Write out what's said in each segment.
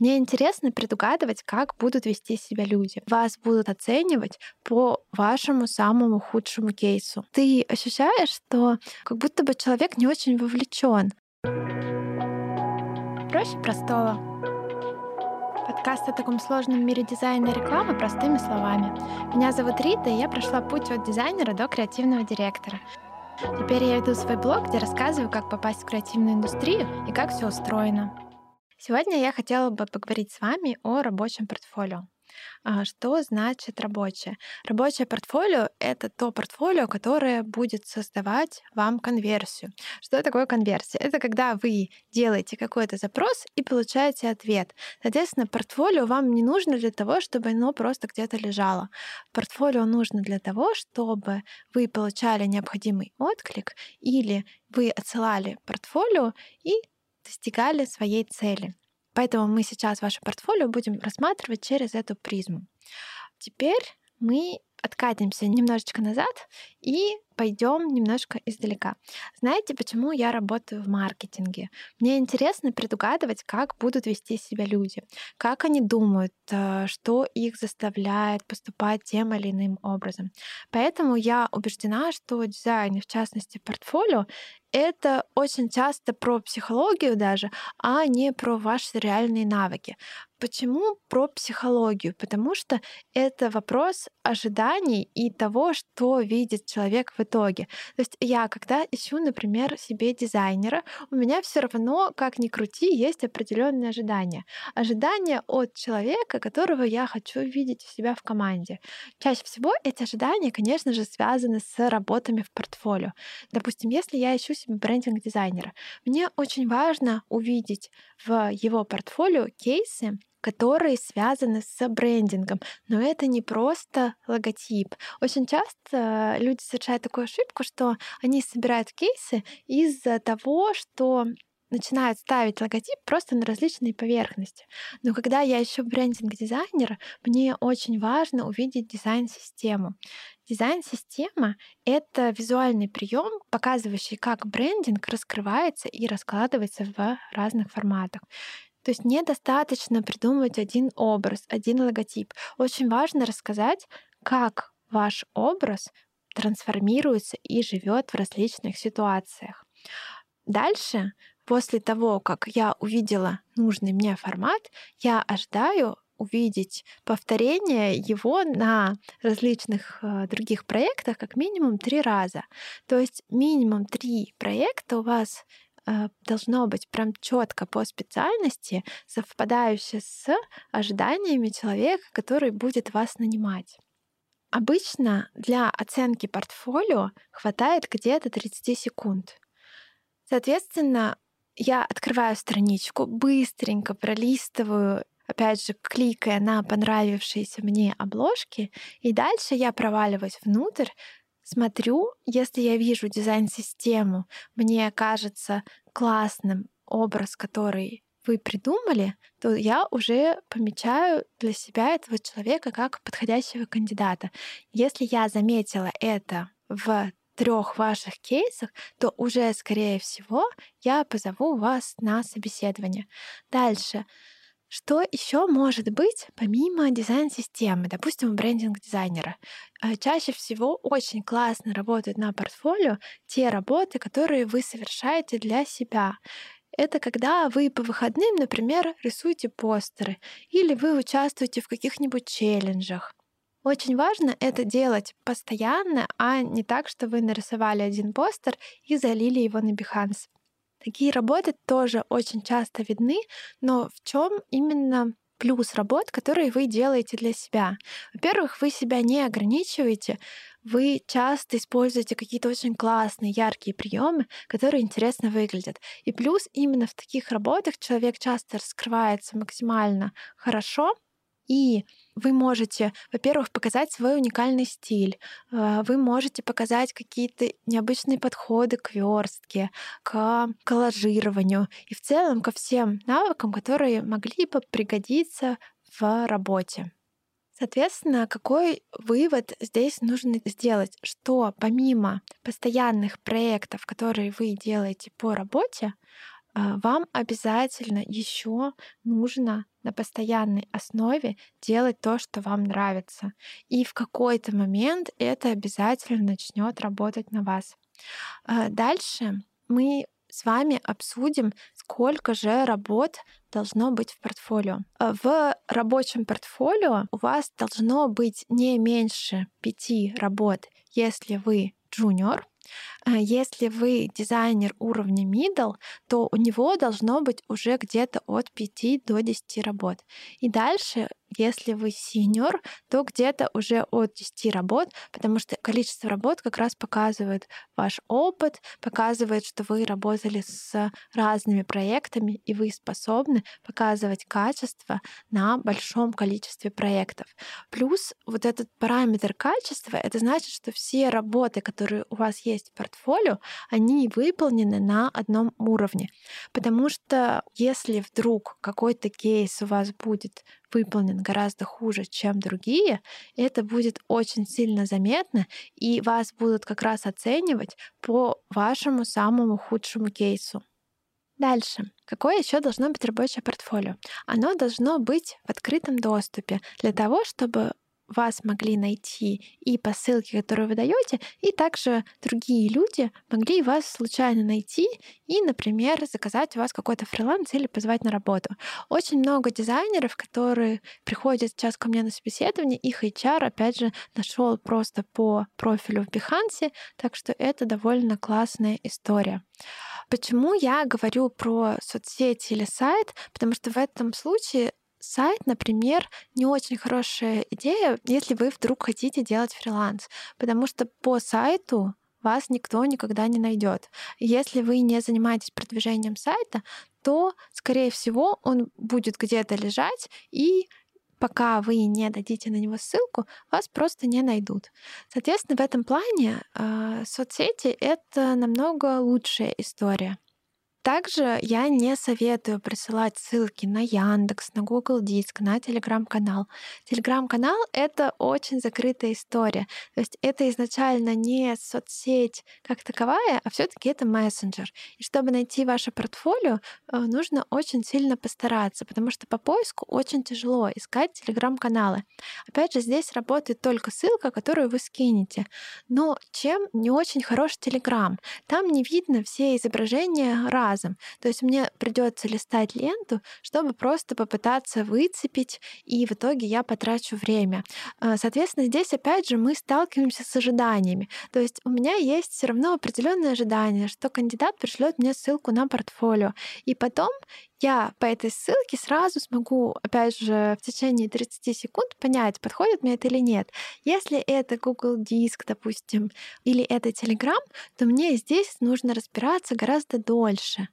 Мне интересно предугадывать, как будут вести себя люди. Вас будут оценивать по вашему самому худшему кейсу. Ты ощущаешь, что как будто бы человек не очень вовлечен. Проще простого. Подкаст о таком сложном мире дизайна и рекламы простыми словами. Меня зовут Рита, и я прошла путь от дизайнера до креативного директора. Теперь я веду свой блог, где рассказываю, как попасть в креативную индустрию и как все устроено. Сегодня я хотела бы поговорить с вами о рабочем портфолио. Что значит рабочее? Рабочее портфолио — это то портфолио, которое будет создавать вам конверсию. Что такое конверсия? Это когда вы делаете какой-то запрос и получаете ответ. Соответственно, портфолио вам не нужно для того, чтобы оно просто где-то лежало. Портфолио нужно для того, чтобы вы получали необходимый отклик или вы отсылали портфолио и достигали своей цели. Поэтому мы сейчас ваше портфолио будем рассматривать через эту призму. Теперь мы откатимся немножечко назад и пойдем немножко издалека. Знаете, почему я работаю в маркетинге? Мне интересно предугадывать, как будут вести себя люди, как они думают, что их заставляет поступать тем или иным образом. Поэтому я убеждена, что дизайн, и в частности портфолио, это очень часто про психологию даже, а не про ваши реальные навыки. Почему про психологию? Потому что это вопрос ожиданий и того, что видит человек в итоге. То есть я, когда ищу, например, себе дизайнера, у меня все равно, как ни крути, есть определенные ожидания. Ожидания от человека, которого я хочу видеть у себя в команде. Чаще всего эти ожидания, конечно же, связаны с работами в портфолио. Допустим, если я ищу себе брендинг-дизайнера, мне очень важно увидеть в его портфолио кейсы, которые связаны с брендингом. Но это не просто логотип. Очень часто люди совершают такую ошибку, что они собирают кейсы из-за того, что начинают ставить логотип просто на различные поверхности. Но когда я ищу брендинг-дизайнера, мне очень важно увидеть дизайн-систему. Дизайн-система — это визуальный прием, показывающий, как брендинг раскрывается и раскладывается в разных форматах. То есть недостаточно придумывать один образ, один логотип. Очень важно рассказать, как ваш образ трансформируется и живет в различных ситуациях. Дальше, после того, как я увидела нужный мне формат, я ожидаю увидеть повторение его на различных других проектах как минимум 3 раза. То есть минимум 3 проекта у вас должно быть прям четко по специальности, совпадающее с ожиданиями человека, который будет вас нанимать. Обычно для оценки портфолио хватает где-то 30 секунд. Соответственно, я открываю страничку, быстренько пролистываю, опять же, кликая на понравившиеся мне обложки, и дальше я проваливаюсь внутрь, смотрю, если я вижу дизайн-систему, мне кажется классным образ, который вы придумали, то я уже помечаю для себя этого человека как подходящего кандидата. Если я заметила это в 3 ваших кейсах, то уже, скорее всего, я позову вас на собеседование. Дальше. Что еще может быть помимо дизайн-системы, допустим, у брендинг-дизайнера? Чаще всего очень классно работают на портфолио те работы, которые вы совершаете для себя. Это когда вы по выходным, например, рисуете постеры или вы участвуете в каких-нибудь челленджах. Очень важно это делать постоянно, а не так, что вы нарисовали один постер и залили его на Behance. Такие работы тоже очень часто видны, но в чем именно плюс работ, которые вы делаете для себя? Во-первых, вы себя не ограничиваете, вы часто используете какие-то очень классные, яркие приемы, которые интересно выглядят. И плюс именно в таких работах человек часто раскрывается максимально хорошо, и вы можете, во-первых, показать свой уникальный стиль, вы можете показать какие-то необычные подходы к верстке, к коллажированию и в целом ко всем навыкам, которые могли бы пригодиться в работе. Соответственно, какой вывод здесь нужно сделать? Что помимо постоянных проектов, которые вы делаете по работе, вам обязательно еще нужно на постоянной основе делать то, что вам нравится. И в какой-то момент это обязательно начнет работать на вас. Дальше мы с вами обсудим, сколько же работ должно быть в портфолио. В рабочем портфолио у вас должно быть не меньше 5 работ, если вы джуниор. Если вы дизайнер уровня middle, то у него должно быть уже где-то от 5 до 10 работ. И дальше, если вы сеньор, то где-то уже от 10 работ, потому что количество работ как раз показывает ваш опыт, показывает, что вы работали с разными проектами, и вы способны показывать качество на большом количестве проектов. Плюс вот этот параметр качества, это значит, что все работы, которые у вас есть в портфолио, они выполнены на одном уровне. Потому что если вдруг какой-то кейс у вас будет выполнен гораздо хуже, чем другие, это будет очень сильно заметно, и вас будут как раз оценивать по вашему самому худшему кейсу. Дальше. Какое еще должно быть рабочее портфолио? Оно должно быть в открытом доступе для того, чтобы вас могли найти и по ссылке, которую вы даете, и также другие люди могли вас случайно найти и, например, заказать у вас какой-то фриланс или позвать на работу. Очень много дизайнеров, которые приходят сейчас ко мне на собеседование, их HR, опять же, нашел просто по профилю в Behance, так что это довольно классная история. Почему я говорю про соцсети или сайт? Потому что в этом случае сайт, например, не очень хорошая идея, если вы вдруг хотите делать фриланс, потому что по сайту вас никто никогда не найдет. Если вы не занимаетесь продвижением сайта, то, скорее всего, он будет где-то лежать, и пока вы не дадите на него ссылку, вас просто не найдут. Соответственно, в этом плане соцсети — это намного лучшая история. Также я не советую присылать ссылки на Яндекс, на Google Диск, на Телеграм-канал. Телеграм-канал — это очень закрытая история. То есть это изначально не соцсеть как таковая, а все таки это мессенджер. И чтобы найти ваше портфолио, нужно очень сильно постараться, потому что по поиску очень тяжело искать Телеграм-каналы. Опять же, здесь работает только ссылка, которую вы скинете. Но чем не очень хорош Телеграм? Там не видно все изображения разом. То есть мне придется листать ленту, чтобы просто попытаться выцепить, и в итоге я потрачу время. Соответственно, здесь опять же мы сталкиваемся с ожиданиями. То есть у меня есть все равно определенное ожидание, что кандидат пришлет мне ссылку на портфолио, и потом я по этой ссылке сразу смогу, опять же, в течение 30 секунд понять, подходит мне это или нет. Если это Google Диск, допустим, или это Telegram, то мне здесь нужно разбираться гораздо дольше.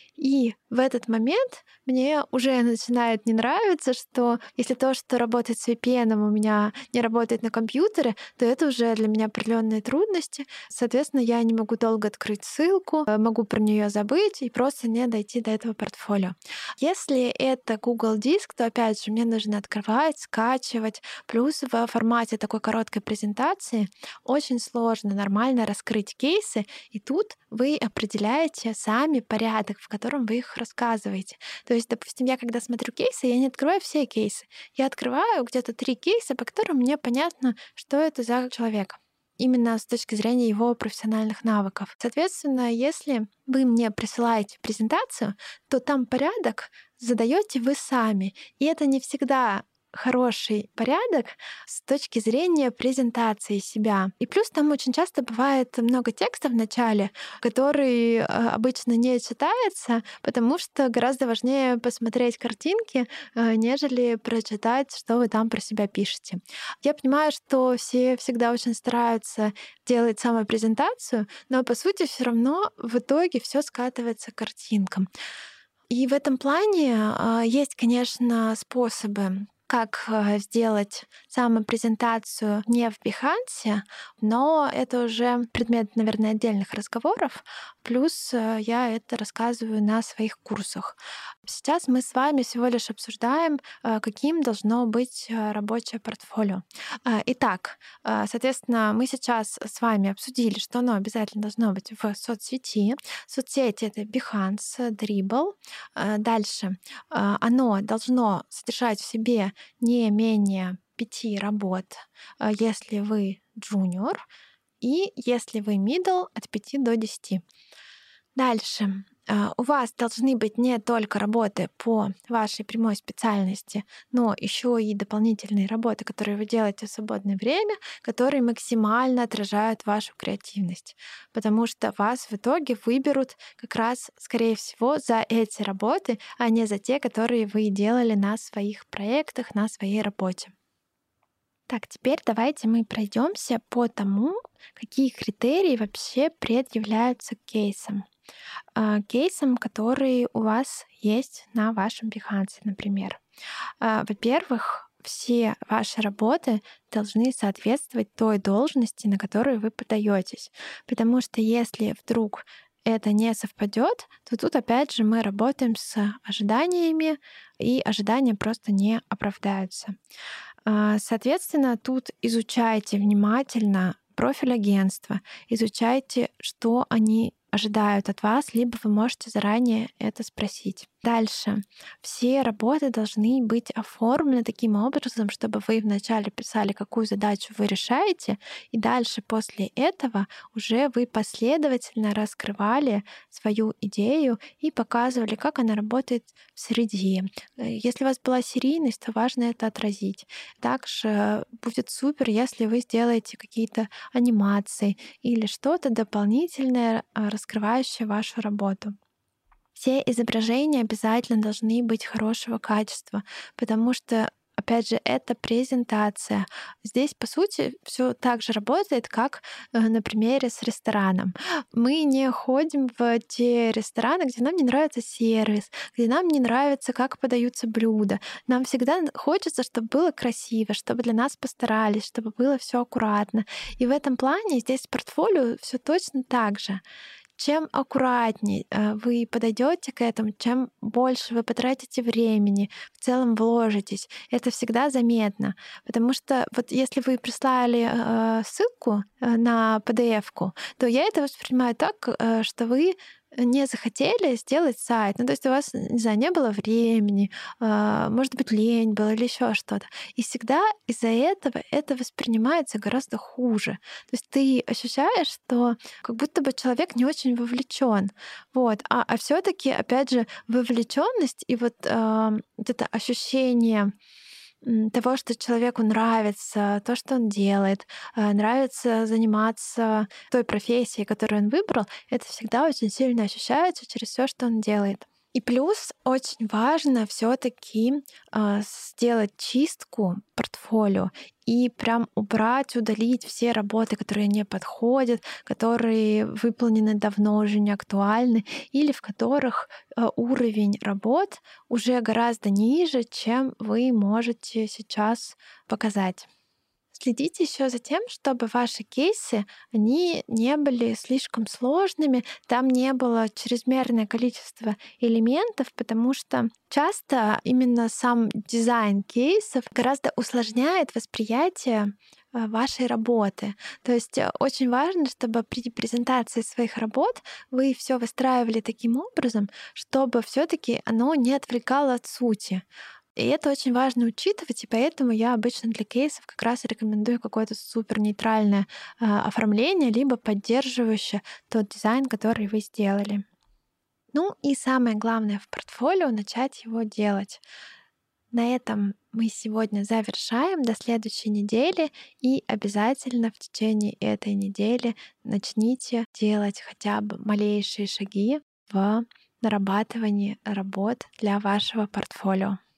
И в этот момент мне уже начинает не нравиться, что если то, что работает с VPN, у меня не работает на компьютере, то это уже для меня определенные трудности. Соответственно, я не могу долго открыть ссылку, могу про нее забыть и просто не дойти до этого портфолио. Если это Google Диск, то опять же мне нужно открывать, скачивать. Плюс в формате такой короткой презентации очень сложно нормально раскрыть кейсы, и тут вы определяете сами порядок, в котором вы их рассказываете. То есть, допустим, я когда смотрю кейсы, я не открываю все кейсы. Я открываю где-то 3 кейса, по которым мне понятно, что это за человек. Именно с точки зрения его профессиональных навыков. Соответственно, если вы мне присылаете презентацию, то там порядок задаете вы сами. И это не всегда хороший порядок с точки зрения презентации себя. И плюс там очень часто бывает много текста в начале, который обычно не читается, потому что гораздо важнее посмотреть картинки, нежели прочитать, что вы там про себя пишете. Я понимаю, что все всегда очень стараются делать самопрезентацию, но по сути все равно в итоге все скатывается к картинкам. И в этом плане есть, конечно, способы, как сделать самопрезентацию не в Behance, но это уже предмет, наверное, отдельных разговоров. Плюс я это рассказываю на своих курсах. Сейчас мы с вами всего лишь обсуждаем, каким должно быть рабочее портфолио. Итак, соответственно, мы сейчас с вами обсудили, что оно обязательно должно быть в соцсети. Соцсети — это Behance, Dribbble. Дальше. Оно должно содержать в себе не менее 5 работ, если вы junior, и если вы middle, от 5 до 10. Дальше. У вас должны быть не только работы по вашей прямой специальности, но еще и дополнительные работы, которые вы делаете в свободное время, которые максимально отражают вашу креативность. Потому что вас в итоге выберут как раз, скорее всего, за эти работы, а не за те, которые вы делали на своих проектах, на своей работе. Так, теперь давайте мы пройдемся по тому, какие критерии вообще предъявляются к кейсам. Кейсам, которые у вас есть на вашем Behance, например. Во-первых, все ваши работы должны соответствовать той должности, на которую вы подаетесь. Потому что если вдруг это не совпадет, то тут опять же мы работаем с ожиданиями, и ожидания просто не оправдаются. Соответственно, тут изучайте внимательно профиль агентства, изучайте, что они ожидают от вас, либо вы можете заранее это спросить. Дальше. Все работы должны быть оформлены таким образом, чтобы вы вначале писали, какую задачу вы решаете, и дальше после этого уже вы последовательно раскрывали свою идею и показывали, как она работает в среде. Если у вас была серийность, то важно это отразить. Также будет супер, если вы сделаете какие-то анимации или что-то дополнительное, раскрывающее вашу работу. Все изображения обязательно должны быть хорошего качества, потому что, опять же, это презентация. Здесь, по сути, все так же работает, как на примере с рестораном. Мы не ходим в те рестораны, где нам не нравится сервис, где нам не нравится, как подаются блюда. Нам всегда хочется, чтобы было красиво, чтобы для нас постарались, чтобы было все аккуратно. И в этом плане здесь в портфолио все точно так же. Чем аккуратнее вы подойдете к этому, чем больше вы потратите времени, в целом вложитесь, это всегда заметно. Потому что вот если вы прислали ссылку на PDF-ку, то я это воспринимаю так, что вы не захотели сделать сайт. Ну, то есть у вас, не знаю, не было времени, может быть, лень была или еще что-то. И всегда из-за этого это воспринимается гораздо хуже. То есть ты ощущаешь, что как будто бы человек не очень вовлечен. Вот. А все-таки, опять же, вовлеченность и вот это ощущение того, что человеку нравится то, что он делает, нравится заниматься той профессией, которую он выбрал, это всегда очень сильно ощущается через все, что он делает. И плюс очень важно все-таки сделать чистку портфолио и прям убрать, удалить все работы, которые не подходят, которые выполнены давно, уже не актуальны, или в которых уровень работ уже гораздо ниже, чем вы можете сейчас показать. Следите еще за тем, чтобы ваши кейсы, они не были слишком сложными, там не было чрезмерное количество элементов, потому что часто именно сам дизайн кейсов гораздо усложняет восприятие вашей работы. То есть очень важно, чтобы при презентации своих работ вы все выстраивали таким образом, чтобы все-таки оно не отвлекало от сути. И это очень важно учитывать, и поэтому я обычно для кейсов как раз рекомендую какое-то супер нейтральное оформление, либо поддерживающее тот дизайн, который вы сделали. Ну и самое главное в портфолио — начать его делать. На этом мы сегодня завершаем до следующей недели, и обязательно в течение этой недели начните делать хотя бы малейшие шаги в нарабатывании работ для вашего портфолио.